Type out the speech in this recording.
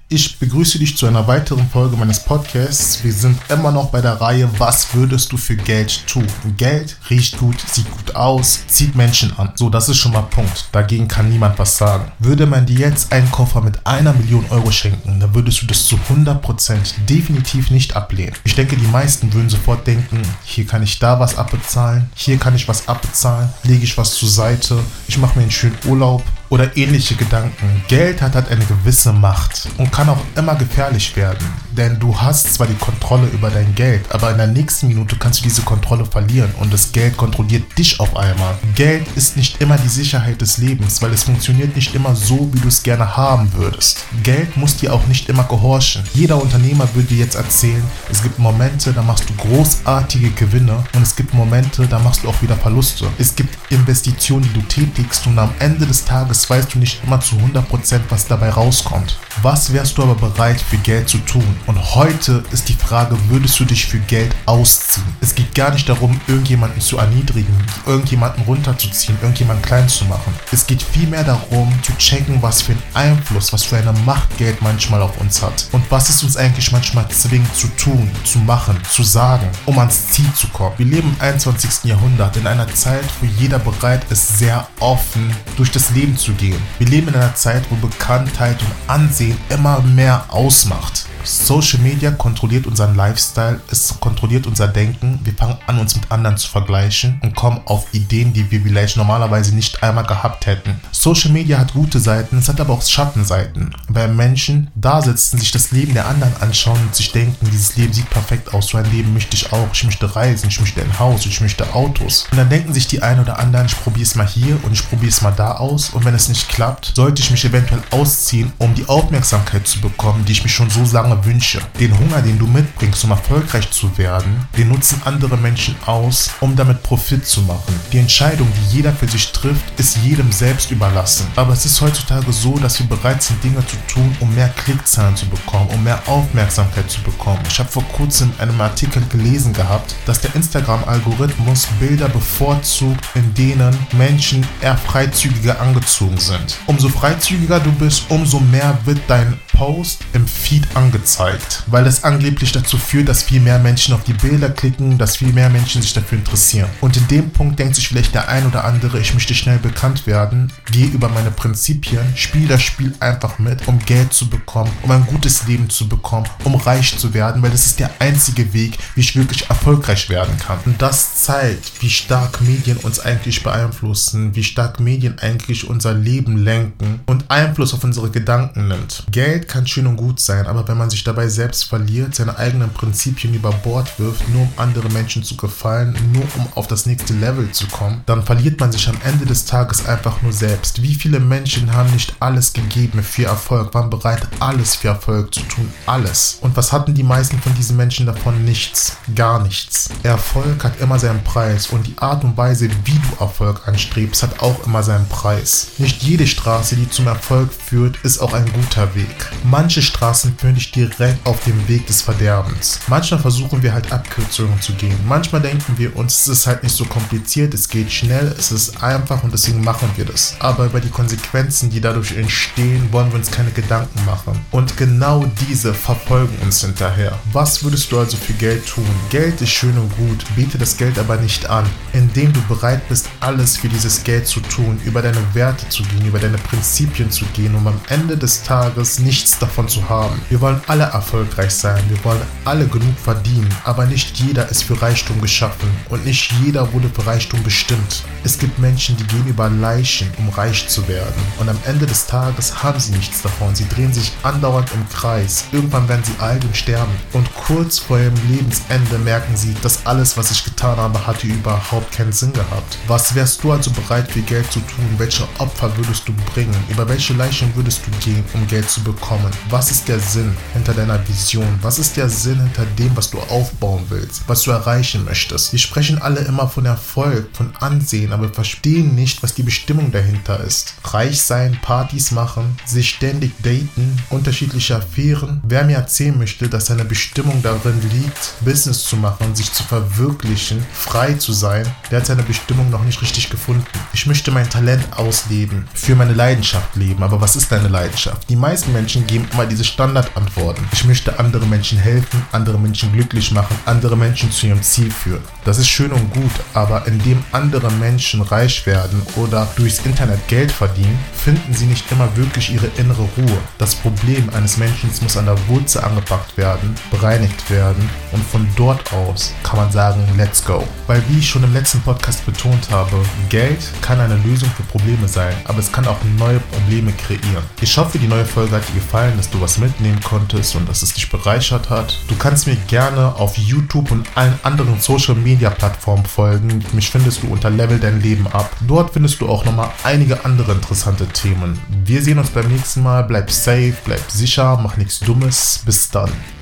Ich begrüße dich zu einer weiteren Folge meines Podcasts. Wir sind immer noch bei der Reihe Was würdest du für Geld tun? Geld riecht gut, sieht gut aus, zieht Menschen an. So, das ist schon mal Punkt. Dagegen kann niemand was sagen. Würde man dir jetzt einen Koffer mit 1 Million Euro schenken, dann würdest du das zu 100% definitiv nicht ablehnen. Ich denke, die meisten würden sofort denken, hier kann ich da was abbezahlen, hier kann ich was abbezahlen, lege ich was zur Seite, ich mache mir einen schönen Urlaub. Oder ähnliche Gedanken. Geld hat eine gewisse Macht und kann auch immer gefährlich werden. Denn du hast zwar die Kontrolle über dein Geld, aber in der nächsten Minute kannst du diese Kontrolle verlieren und das Geld kontrolliert dich auf einmal. Geld ist nicht immer die Sicherheit des Lebens, weil es funktioniert nicht immer so, wie du es gerne haben würdest. Geld muss dir auch nicht immer gehorchen. Jeder Unternehmer würde dir jetzt erzählen, es gibt Momente, da machst du großartige Gewinne und es gibt Momente, da machst du auch wieder Verluste. Es gibt Investitionen, die du tätigst und am Ende des Tages weißt du nicht immer zu 100%, was dabei rauskommt. Was wärst du aber bereit für Geld zu tun? Und heute ist die Frage, würdest du dich für Geld ausziehen? Es geht gar nicht darum, irgendjemanden zu erniedrigen, irgendjemanden runterzuziehen, irgendjemanden klein zu machen. Es geht vielmehr darum, zu checken, was für einen Einfluss, was für eine Macht Geld manchmal auf uns hat. Und was es uns eigentlich manchmal zwingt zu tun, zu machen, zu sagen, um ans Ziel zu kommen. Wir leben im 21. Jahrhundert, in einer Zeit, wo jeder bereit ist, sehr offen durch das Leben zu gehen. Wir leben in einer Zeit, wo Bekanntheit und Ansehen immer mehr ausmacht. Social Media kontrolliert unseren Lifestyle, es kontrolliert unser Denken. Wir fangen an, uns mit anderen zu vergleichen und kommen auf Ideen, die wir vielleicht normalerweise nicht einmal gehabt hätten. Social Media hat gute Seiten, es hat aber auch Schattenseiten. Weil Menschen da sitzen, sich das Leben der anderen anschauen und sich denken, dieses Leben sieht perfekt aus, so ein Leben möchte ich auch. Ich möchte reisen, ich möchte ein Haus, ich möchte Autos. Und dann denken sich die einen oder anderen, ich probiere es mal hier und ich probiere es mal da aus. Und wenn es nicht klappt, sollte ich mich eventuell ausziehen, um die Aufmerksamkeit zu bekommen, die ich mich schon so lange wünsche. Den Hunger, den du mitbringst, um erfolgreich zu werden, den nutzen andere Menschen aus, um damit Profit zu machen. Die Entscheidung, die jeder für sich trifft, ist jedem selbst überlassen. Aber es ist heutzutage so, dass wir bereit sind, Dinge zu tun, um mehr Klickzahlen zu bekommen, um mehr Aufmerksamkeit zu bekommen. Ich habe vor kurzem in einem Artikel gelesen gehabt, dass der Instagram-Algorithmus Bilder bevorzugt, in denen Menschen eher freizügiger angezogen sind. Umso freizügiger du bist, umso mehr wird dein Post im Feed angezeigt, weil es angeblich dazu führt, dass viel mehr Menschen auf die Bilder klicken, dass viel mehr Menschen sich dafür interessieren. Und in dem Punkt denkt sich vielleicht der ein oder andere, ich möchte schnell bekannt werden, gehe über meine Prinzipien, spiele das Spiel einfach mit, um Geld zu bekommen, um ein gutes Leben zu bekommen, um reich zu werden, weil das ist der einzige Weg, wie ich wirklich erfolgreich werden kann. Und das zeigt, wie stark Medien uns eigentlich beeinflussen, wie stark Medien eigentlich unser Leben lenken und Einfluss auf unsere Gedanken nimmt. Geld kann schön und gut sein, aber wenn man sich dabei selbst verliert, seine eigenen Prinzipien über Bord wirft, nur um andere Menschen zu gefallen, nur um auf das nächste Level zu kommen, dann verliert man sich am Ende des Tages einfach nur selbst. Wie viele Menschen haben nicht alles gegeben für Erfolg, waren bereit, alles für Erfolg zu tun, alles. Und was hatten die meisten von diesen Menschen davon? Nichts, gar nichts. Erfolg hat immer seinen Preis und die Art und Weise, wie du Erfolg anstrebst, hat auch immer seinen Preis. Nicht jede Straße, die zum Erfolg führt, ist auch ein guter Weg. Manche Straßen führen dich direkt auf dem Weg des Verderbens. Manchmal versuchen wir halt Abkürzungen zu gehen. Manchmal denken wir uns, es ist halt nicht so kompliziert, es geht schnell, es ist einfach und deswegen machen wir das. Aber über die Konsequenzen, die dadurch entstehen, wollen wir uns keine Gedanken machen. Und genau diese verfolgen uns hinterher. Was würdest du also für Geld tun? Geld ist schön und gut, bete das Geld aber nicht an. Indem du bereit bist, alles für dieses Geld zu tun, über deine Werte zu gehen, über deine Prinzipien zu gehen, um am Ende des Tages nichts davon zu haben. Wir wollen alle erfolgreich sein, wir wollen alle genug verdienen, aber nicht jeder ist für Reichtum geschaffen und nicht jeder wurde für Reichtum bestimmt. Es gibt Menschen, die gehen über Leichen, um reich zu werden und am Ende des Tages haben sie nichts davon. Sie drehen sich andauernd im Kreis. Irgendwann werden sie alt und sterben und kurz vor ihrem Lebensende merken sie, dass alles, was ich getan habe, hatte überhaupt keinen Sinn gehabt. Was wärst du also bereit für Geld zu tun? Welche Opfer würdest du bringen? Über welche Leichen würdest du gehen, um Geld zu bekommen? Was ist der Sinn hinter deiner Vision? Was ist der Sinn hinter dem, was du aufbauen willst, was du erreichen möchtest? Wir sprechen alle immer von Erfolg, von Ansehen, aber wir verstehen nicht, was die Bestimmung dahinter ist. Reich sein, Partys machen, sich ständig daten, unterschiedliche Affären. Wer mir erzählen möchte, dass seine Bestimmung darin liegt, Business zu machen, sich zu verwirklichen, frei zu sein, der hat seine Bestimmung noch nicht richtig gefunden. Ich möchte mein Talent ausleben, für meine Leidenschaft leben. Aber was ist deine Leidenschaft? Die meisten Menschen geben immer diese Standardantworten. Ich möchte andere Menschen helfen, andere Menschen glücklich machen, andere Menschen zu ihrem Ziel führen. Das ist schön und gut, aber indem andere Menschen reich werden oder durchs Internet Geld verdienen, finden sie nicht immer wirklich ihre innere Ruhe. Das Problem eines Menschen muss an der Wurzel angepackt werden, bereinigt werden und von dort aus kann man sagen, let's go. Weil wie ich schon im letzten Podcast betont habe, Geld kann eine Lösung für Probleme sein, aber es kann auch neue Probleme kreieren. Ich hoffe, die neue Folge hat dir gefallen, dass du was mitnehmen konntest und dass es dich bereichert hat. Du kannst mir gerne auf YouTube und allen anderen Social Media Plattformen folgen. Mich findest du unter Level dein Leben ab. Dort findest du auch nochmal einige andere interessante Themen. Wir sehen uns beim nächsten Mal. Bleib safe, bleib sicher, mach nichts Dummes. Bis dann.